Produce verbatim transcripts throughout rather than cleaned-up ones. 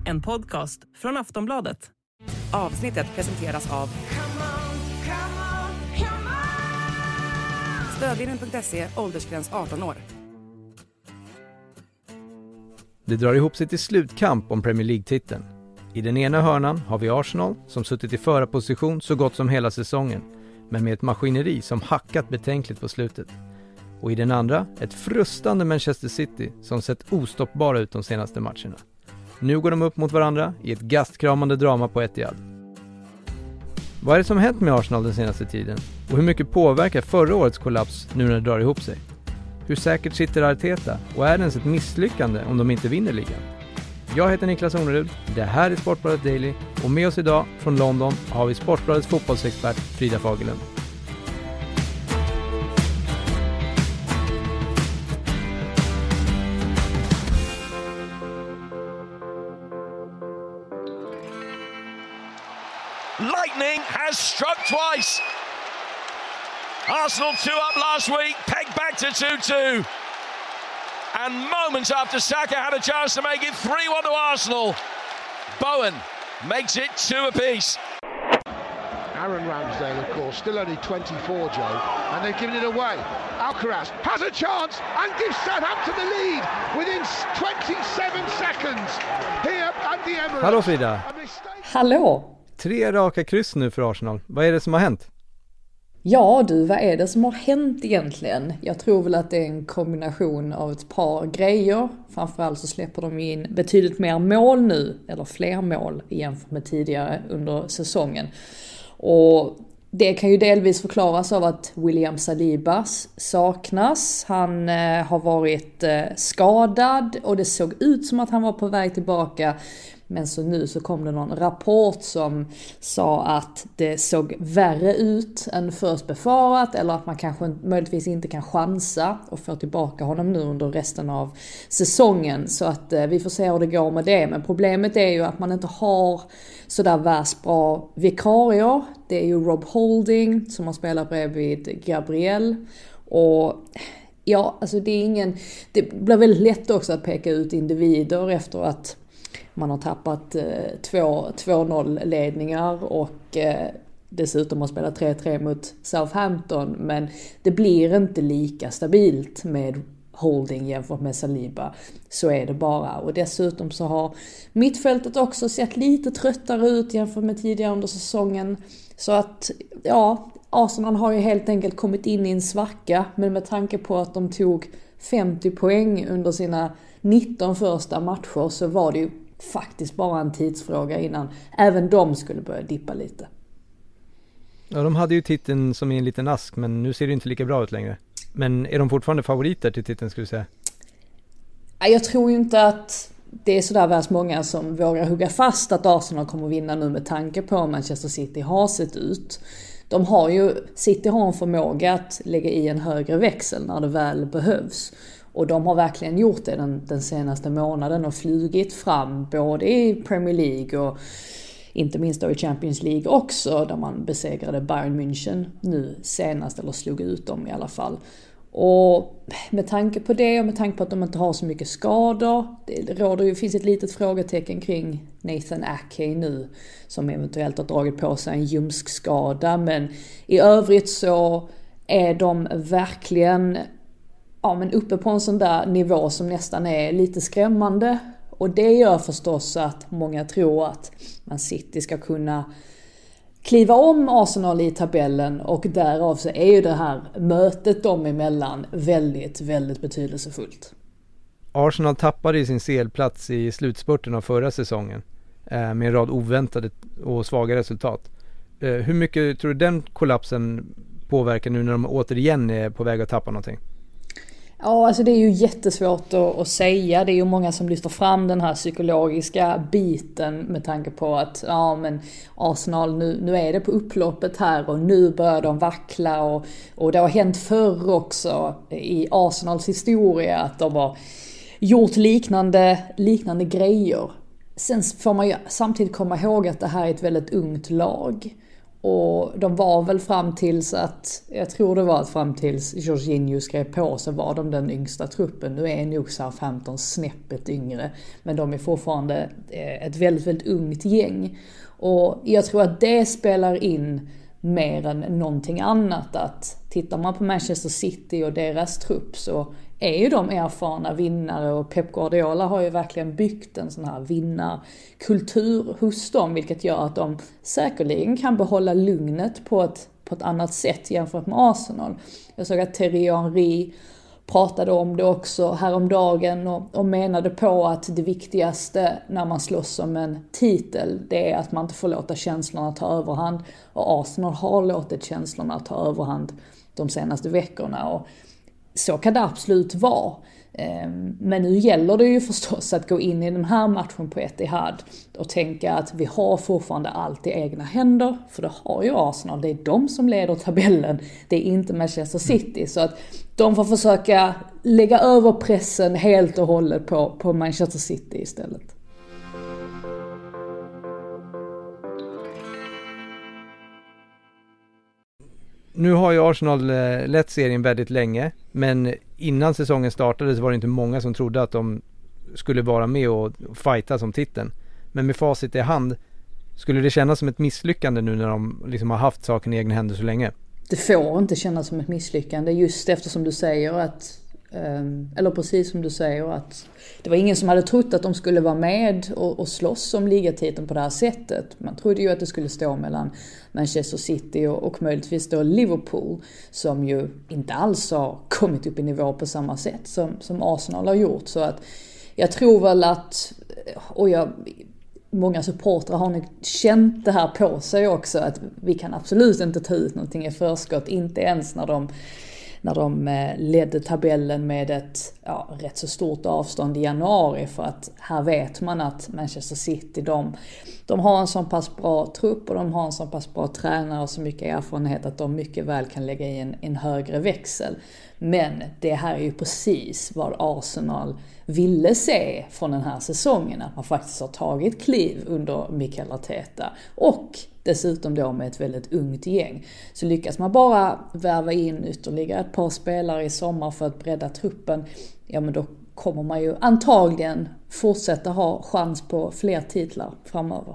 En podcast från Aftonbladet. Avsnittet presenteras av Stödlinjen punkt se, åldersgräns arton år. Det drar ihop sig till slutkamp om Premier League-titeln. I den ena hörnan har vi Arsenal som suttit i förarposition så gott som hela säsongen, men med ett maskineri som hackat betänkligt på slutet. Och i den andra ett frustande Manchester City som sett ostoppbara ut de senaste matcherna. Nu går de upp mot varandra i ett gastkramande drama på Etihad. Vad är det som hänt med Arsenal den senaste tiden? Och hur mycket påverkar förra årets kollaps nu när det drar ihop sig? Hur säkert sitter Arteta? Och är det ens ett misslyckande om de inte vinner ligan? Jag heter Niklas Onerud, det här är Sportbladet Daily och med oss idag från London har vi Sportbladets fotbollsexpert Frida Fagerlund. Lightning has struck twice. Arsenal two up last week, pegged back to two two. And moments after Saka had a chance to make it three one to Arsenal, Bowen makes it two apiece. Aaron Ramsdale, of course, still only twenty-four, Joe, and they've given it away. Alcaraz has a chance and gives Southampton the lead within twenty-seven seconds here at the Emirates. Hallå Frida! Hallå! Tre raka kryss nu för Arsenal. Vad är det som har hänt? Ja du, vad är det som har hänt egentligen? Jag tror väl att det är en kombination av ett par grejer. Framförallt så släpper de in betydligt mer mål nu, eller fler mål jämfört med tidigare under säsongen. Och det kan ju delvis förklaras av att William Saliba saknas. Han eh, har varit eh, skadad och det såg ut som att han var på väg tillbaka. Men så nu så kom det någon rapport som sa att det såg värre ut än först befarat. Eller att man kanske möjligtvis inte kan chansa och få tillbaka honom nu under resten av säsongen. Så att eh, vi får se hur det går med det. Men problemet är ju att man inte har sådär värst bra vikarier. Det är ju Rob Holding som har spelat bredvid Gabriel. Och ja, alltså det är ingen... Det blir väldigt lätt också att peka ut individer efter att man har tappat eh, två noll-ledningar och eh, dessutom har spelat tre tre mot Southampton. Men det blir inte lika stabilt med Holding jämfört med Saliba. Så är det bara. Och dessutom så har mittfältet också sett lite tröttare ut jämfört med tidigare under säsongen. Så att, ja, Arsenal har ju helt enkelt kommit in i en svacka. Men med tanke på att de tog femtio poäng under sina nitton första matcher så var det ju faktiskt bara en tidsfråga innan även de skulle börja dippa lite. Ja, de hade ju titeln som i en liten ask, men nu ser det inte lika bra ut längre. Men är de fortfarande favoriter till titeln, skulle du säga? Jag tror ju inte att det är sådär värst många som vågar hugga fast att Arsenal kommer att vinna nu med tanke på hur Manchester City har sett ut. De har ju, City har en förmåga att lägga i en högre växel när det väl behövs. Och de har verkligen gjort det den, den senaste månaden och flugit fram både i Premier League och inte minst då i Champions League också, där man besegrade Bayern München nu senast, eller slog ut dem i alla fall. Och med tanke på det och med tanke på att de inte har så mycket skador, det råder ju, finns ett litet frågetecken kring Nathan Ake nu som eventuellt har dragit på sig en ljumskskada, men i övrigt så är de verkligen ja, men uppe på en sån där nivå som nästan är lite skrämmande. Och det gör förstås att många tror att Man City ska kunna kliva om Arsenal i tabellen, och därav så är ju det här mötet dem emellan väldigt, väldigt betydelsefullt. Arsenal tappade i sin C L-plats i slutspurten av förra säsongen eh, med en rad oväntade och svaga resultat. Eh, hur mycket tror du den kollapsen påverkar nu när de återigen är på väg att tappa någonting? Ja, alltså det är ju jättesvårt att, att säga. Det är ju många som lyfter fram den här psykologiska biten med tanke på att ja, men Arsenal nu, nu är det på upploppet här och nu börjar de vackla och, och det har hänt förr också i Arsenals historia att de har gjort liknande, liknande grejer. Sen får man ju samtidigt komma ihåg att det här är ett väldigt ungt lag. Och de var väl fram tills att, jag tror det var att fram tills Jorginho skrev på så var de den yngsta truppen. Nu är nog Southampton snäppet yngre, men de är fortfarande ett väldigt, väldigt ungt gäng. Och jag tror att det spelar in mer än någonting annat, att tittar man på Manchester City och deras trupp så är ju de erfarna vinnare, och Pep Guardiola har ju verkligen byggt en sån här vinnarkultur hos dem, vilket gör att de säkerligen kan behålla lugnet på ett, på ett annat sätt jämfört med Arsenal. Jag såg att Thierry Henry pratade om det också häromdagen och, och menade på att det viktigaste när man slåss om en titel, det är att man inte får låta känslorna ta överhand, och Arsenal har låtit känslorna ta överhand de senaste veckorna, och så kan det absolut vara. Men nu gäller det ju förstås att gå in i den här matchen på Etihad och tänka att vi har fortfarande allt i egna händer, för det har ju Arsenal, det är de som leder tabellen, det är inte Manchester City, så att de får försöka lägga över pressen helt och hållet på, på Manchester City istället. Nu har ju Arsenal lett serien väldigt länge, men innan säsongen startade så var det inte många som trodde att de skulle vara med och fighta som titeln. Men med facit i hand, skulle det kännas som ett misslyckande nu när de liksom har haft saken i egna händer så länge? Det får inte kännas som ett misslyckande, just eftersom du säger att, eller precis som du säger, att det var ingen som hade trott att de skulle vara med och, och slåss om ligatiteln på det här sättet. Man trodde ju att det skulle stå mellan Manchester City och, och möjligtvis då Liverpool, som ju inte alls har kommit upp i nivå på samma sätt som, som Arsenal har gjort. Så att jag tror väl att, och jag, många supportrar har nog känt det här på sig också, att vi kan absolut inte ta ut någonting i förskott, inte ens när de när de ledde tabellen med ett ja, rätt så stort avstånd i januari, för att här vet man att Manchester City, de, de har en så pass bra trupp och de har en så pass bra tränare och så mycket erfarenhet att de mycket väl kan lägga i en, en högre växel. Men det här är ju precis vad Arsenal ville se från den här säsongen, att man faktiskt har tagit kliv under Mikel Arteta, och dessutom då med ett väldigt ungt gäng. Så lyckas man bara värva in ytterligare ett par spelare i sommar för att bredda truppen, ja men då kommer man ju antagligen fortsätta ha chans på fler titlar framöver.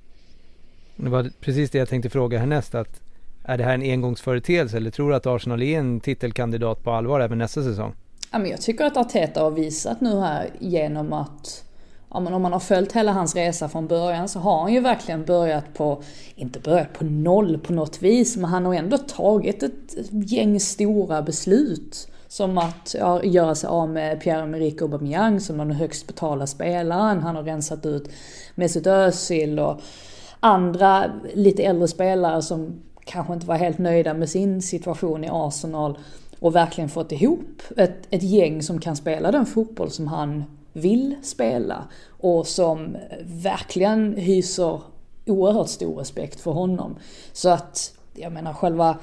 Det var precis det jag tänkte fråga härnäst, att är det här en engångsföreteelse, eller tror du att Arsenal är en titelkandidat på allvar även nästa säsong? Ja, men jag tycker att Arteta har visat nu här genom att, ja, men om man har följt hela hans resa från början, så har han ju verkligen börjat på, inte börjat på noll på något vis, men han har ändå tagit ett gäng stora beslut. Som att ja, göra sig av med Pierre-Emerick Aubameyang som den högst betalda spelaren. Han har rensat ut Mesut Özil och andra lite äldre spelare som kanske inte var helt nöjda med sin situation i Arsenal, och verkligen fått ihop ett, ett gäng som kan spela den fotboll som han vill spela och som verkligen hyser oerhört stor respekt för honom. Så att, jag menar, själva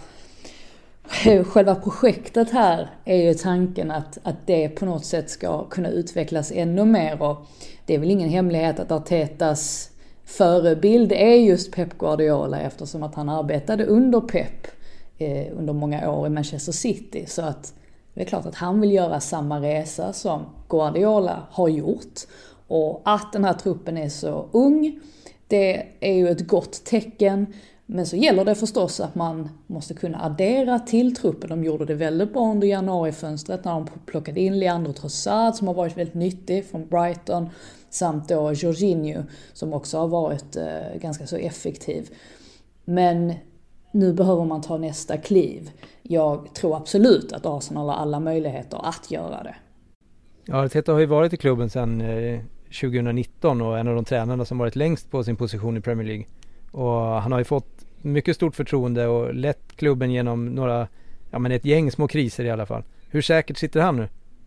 själva projektet här är ju tanken att, att det på något sätt ska kunna utvecklas ännu mer, och det är väl ingen hemlighet att Artetas förebild är just Pep Guardiola, eftersom att han arbetade under Pep eh, under många år i Manchester City. Så att det är klart att han vill göra samma resa som Guardiola har gjort, och att den här truppen är så ung, det är ju ett gott tecken. Men så gäller det förstås att man måste kunna addera till truppen. De gjorde det väldigt bra under januarifönstret när de plockade in Leandro Trossard som har varit väldigt nyttig från Brighton, samt då Jorginho som också har varit eh, ganska så effektiv. Men nu behöver man ta nästa kliv. Jag tror absolut att Arsenal har alla möjligheter att göra det. Ja, Arteta har ju varit i klubben sedan eh, tjugonitton och en av de tränarna som varit längst på sin position i Premier League. Och han har ju fått mycket stort förtroende och lett klubben genom några, ja men ett gäng små kriser i alla fall. Hur säkert sitter han nu?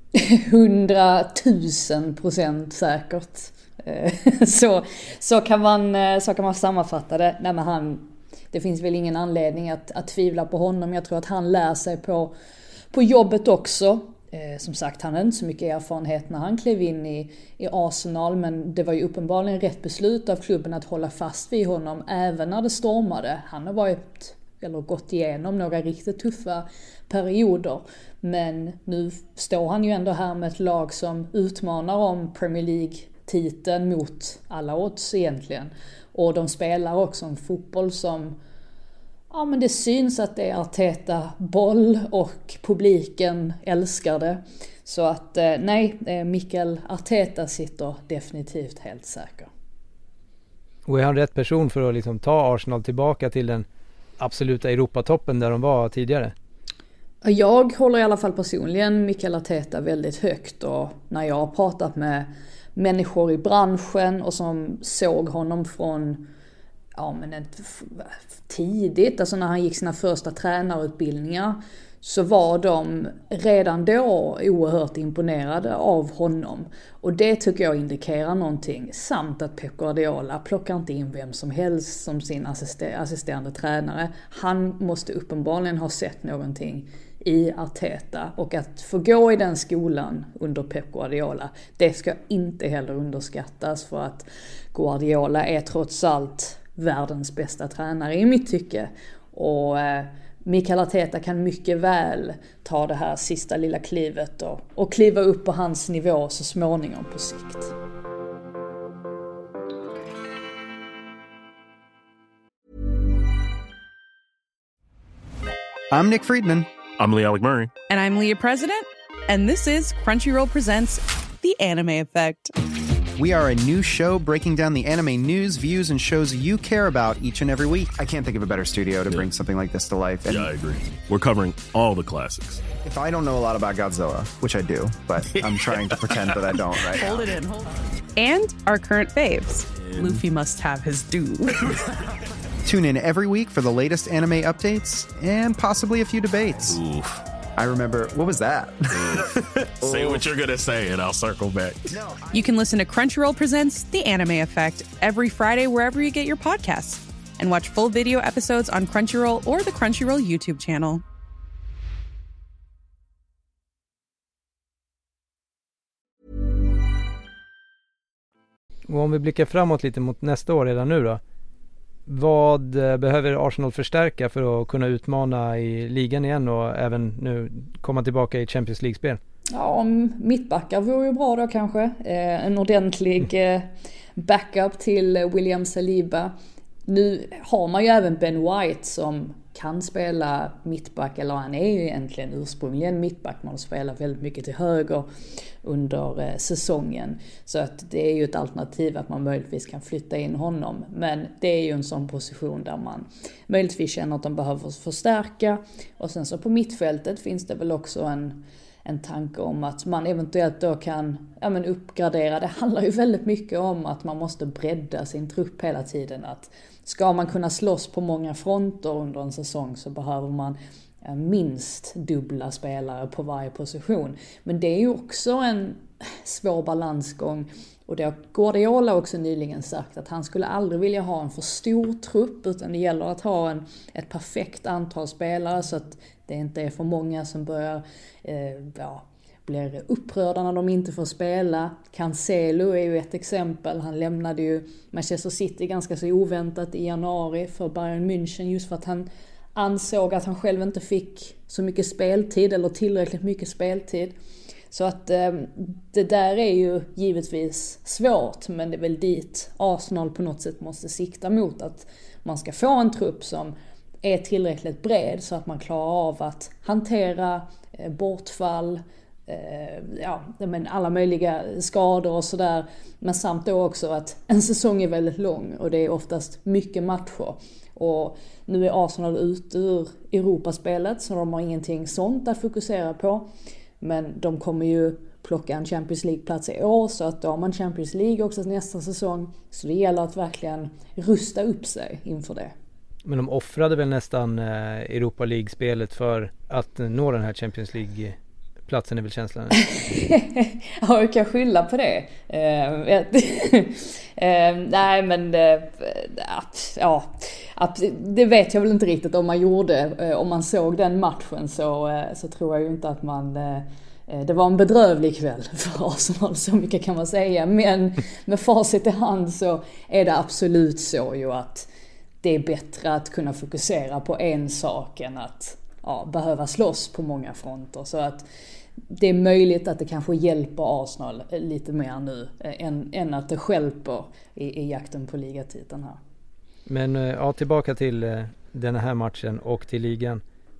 Hundratusen procent säkert. så, så, kan man, så kan man sammanfatta det. Nej, men han, det finns väl ingen anledning att, att tvivla på honom. Jag tror att han lär sig på, på jobbet också. Eh, som sagt, han hade inte så mycket erfarenhet när han klev in i, i Arsenal, men det var ju uppenbarligen rätt beslut av klubben att hålla fast vid honom även när det stormade. Han har varit, eller gått igenom några riktigt tuffa perioder, men nu står han ju ändå här med ett lag som utmanar om Premier League-titeln mot alla odds egentligen. Och de spelar också en fotboll som, ja men det syns att det är Arteta boll och publiken älskar det. Så att nej, Mikel Arteta sitter definitivt helt säker. Och är han rätt person för att liksom ta Arsenal tillbaka till den absoluta Europatoppen där de var tidigare? Jag håller i alla fall personligen Mikel Arteta väldigt högt, och när jag har pratat med människor i branschen och som såg honom från ja, men ett, tidigt, alltså när han gick sina första tränarutbildningar, så var de redan då oerhört imponerade av honom. Och det tycker jag indikerar någonting. Samt att Pep Guardiola plockar inte in vem som helst som sin assisten- assisterande tränare. Han måste uppenbarligen ha sett någonting i Arteta. Och att få gå i den skolan under Pep Guardiola, det ska inte heller underskattas, för att Guardiola är trots allt världens bästa tränare i mitt tycke. Och eh, Mikel Arteta kan mycket väl ta det här sista lilla klivet och, och kliva upp på hans nivå så småningom på sikt. I'm Nick Friedman. I'm Lee Alec Murray. And I'm Leah President. And this is Crunchyroll Presents The Anime Effect. We are a new show breaking down the anime news, views, and shows you care about each and every week. I can't think of a better studio to yeah. bring something like this to life. And yeah, I agree. We're covering all the classics. If I don't know a lot about Godzilla, which I do, but I'm trying to pretend that I don't right Hold now. it in, hold on. And our current faves. And Luffy must have his due. Tune in every week for the latest anime updates and possibly a few debates. Oof. I remember, what was that? Say what you're going to say and I'll circle back. You can listen to Crunchyroll Presents The Anime Effect every Friday wherever you get your podcasts. And watch full video episodes on Crunchyroll or the Crunchyroll YouTube channel. Och om vi blickar framåt lite mot nästa år redan nu då. Vad behöver Arsenal förstärka för att kunna utmana i ligan igen och även nu komma tillbaka i Champions League-spel? Ja, om mittbackar vore ju bra då kanske. Eh, en ordentlig eh, backup till William Saliba. Nu har man ju även Ben White som kan spela mittback, eller han är ju egentligen ursprungligen mittback. Man spelar väldigt mycket till höger under eh, säsongen. Så att det är ju ett alternativ att man möjligtvis kan flytta in honom. Men det är ju en sån position där man möjligtvis känner att de behöver förstärka. Och sen så på mittfältet finns det väl också en, en tanke om att man eventuellt då kan ja, men uppgradera. Det handlar ju väldigt mycket om att man måste bredda sin trupp hela tiden. Att ska man kunna slåss på många fronter under en säsong så behöver man minst dubbla spelare på varje position. Men det är ju också en svår balansgång. Och det har Guardiola också nyligen sagt att han skulle aldrig vilja ha en för stor trupp, utan det gäller att ha en, ett perfekt antal spelare så att det inte är för många som börjar eh, ja, blir upprörda när de inte får spela. Cancelo är ju ett exempel. Han lämnade ju Manchester City ganska så oväntat i januari för Bayern München just för att han ansåg att han själv inte fick så mycket speltid eller tillräckligt mycket speltid. Så att eh, det där är ju givetvis svårt, men det är väl dit Arsenal på något sätt måste sikta mot, att man ska få en trupp som är tillräckligt bred så att man klarar av att hantera eh, bortfall, eh, ja, men alla möjliga skador och sådär. Men samt då också att en säsong är väldigt lång och det är oftast mycket matcher. Och nu är Arsenal ute ur Europaspelet så de har ingenting sånt att fokusera på. Men de kommer ju plocka en Champions League-plats i år, så att då har man Champions League också nästa säsong. Så det gäller att verkligen rusta upp sig inför det. Men de offrade väl nästan Europa League-spelet för att nå den här Champions League-platsen, är väl känslan? Ja, jag kan skylla på det. Nej, men ja, det vet jag väl inte riktigt om man gjorde. Om man såg den matchen så, så tror jag ju inte att man Det var en bedrövlig kväll för Arsenal, så mycket kan man säga. Men med facit i hand så är det absolut så ju att det är bättre att kunna fokusera på en sak än att ja, behöva slåss på många fronter. Så att det är möjligt att det kanske hjälper Arsenal lite mer nu än, än att det stjälper i, i jakten på ligatiteln här. Men ja, tillbaka till den här matchen och till ligan.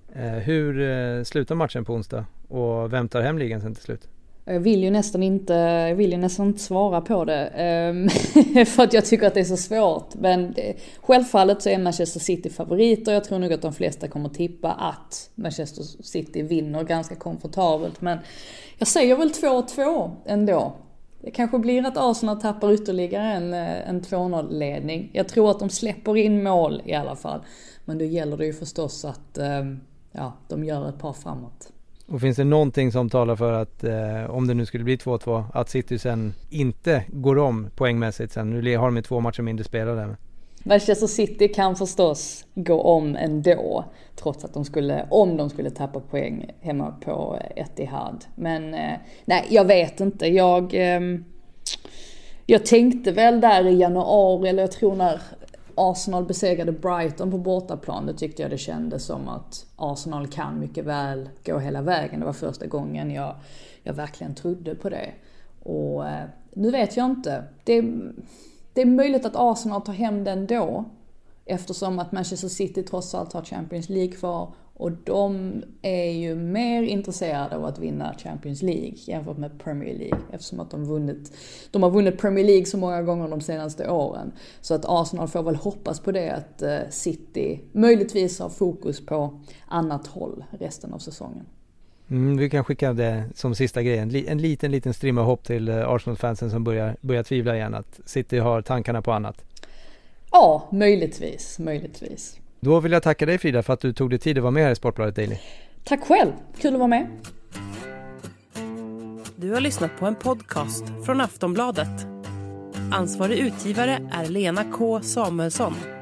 Hur slutar matchen på onsdag och vem tar hem ligan sen till slut? Jag vill ju nästan inte, jag vill ju nästan inte svara på det för att jag tycker att det är så svårt. Men det, självfallet så är Manchester City favoriter. Jag tror nog att de flesta kommer tippa att Manchester City vinner ganska komfortabelt. Men jag säger väl två två ändå. Det kanske blir att Arsenal tappar ytterligare en, en två noll-ledning. Jag tror att de släpper in mål i alla fall. Men då gäller det ju förstås att ja, de gör ett par framåt. Och finns det någonting som talar för att eh, om det nu skulle bli två två att City sen inte går om poängmässigt sen? Nu har de två matcher mindre spelare. Manchester City kan förstås gå om ändå, trots att de skulle, om de skulle tappa poäng hemma på Etihad. Men eh, nej, jag vet inte. Jag, eh, jag tänkte väl där i januari, eller jag tror när Arsenal besegrade Brighton på bortaplan, då tyckte jag det kändes som att Arsenal kan mycket väl gå hela vägen. Det var första gången jag, jag verkligen trodde på det. Och eh, nu vet jag inte. Det, det är möjligt att Arsenal tar hem den då, eftersom att Manchester City trots allt har Champions League kvar. Och de är ju mer intresserade av att vinna Champions League jämfört med Premier League. Eftersom att de, vunnit, de har vunnit Premier League så många gånger de senaste åren. Så att Arsenal får väl hoppas på det, att City möjligtvis har fokus på annat håll resten av säsongen. Mm, vi kan skicka det som sista grejen. En liten, liten strimma hopp till Arsenal-fansen som börjar, börjar tvivla igen att City har tankarna på annat. Ja, möjligtvis. Möjligtvis. Då vill jag tacka dig, Frida, för att du tog dig tid att vara med här i Sportbladet Daily. Tack själv, kul att vara med. Du har lyssnat på en podcast från Aftonbladet. Ansvarig utgivare är Lena K. Samuelsson.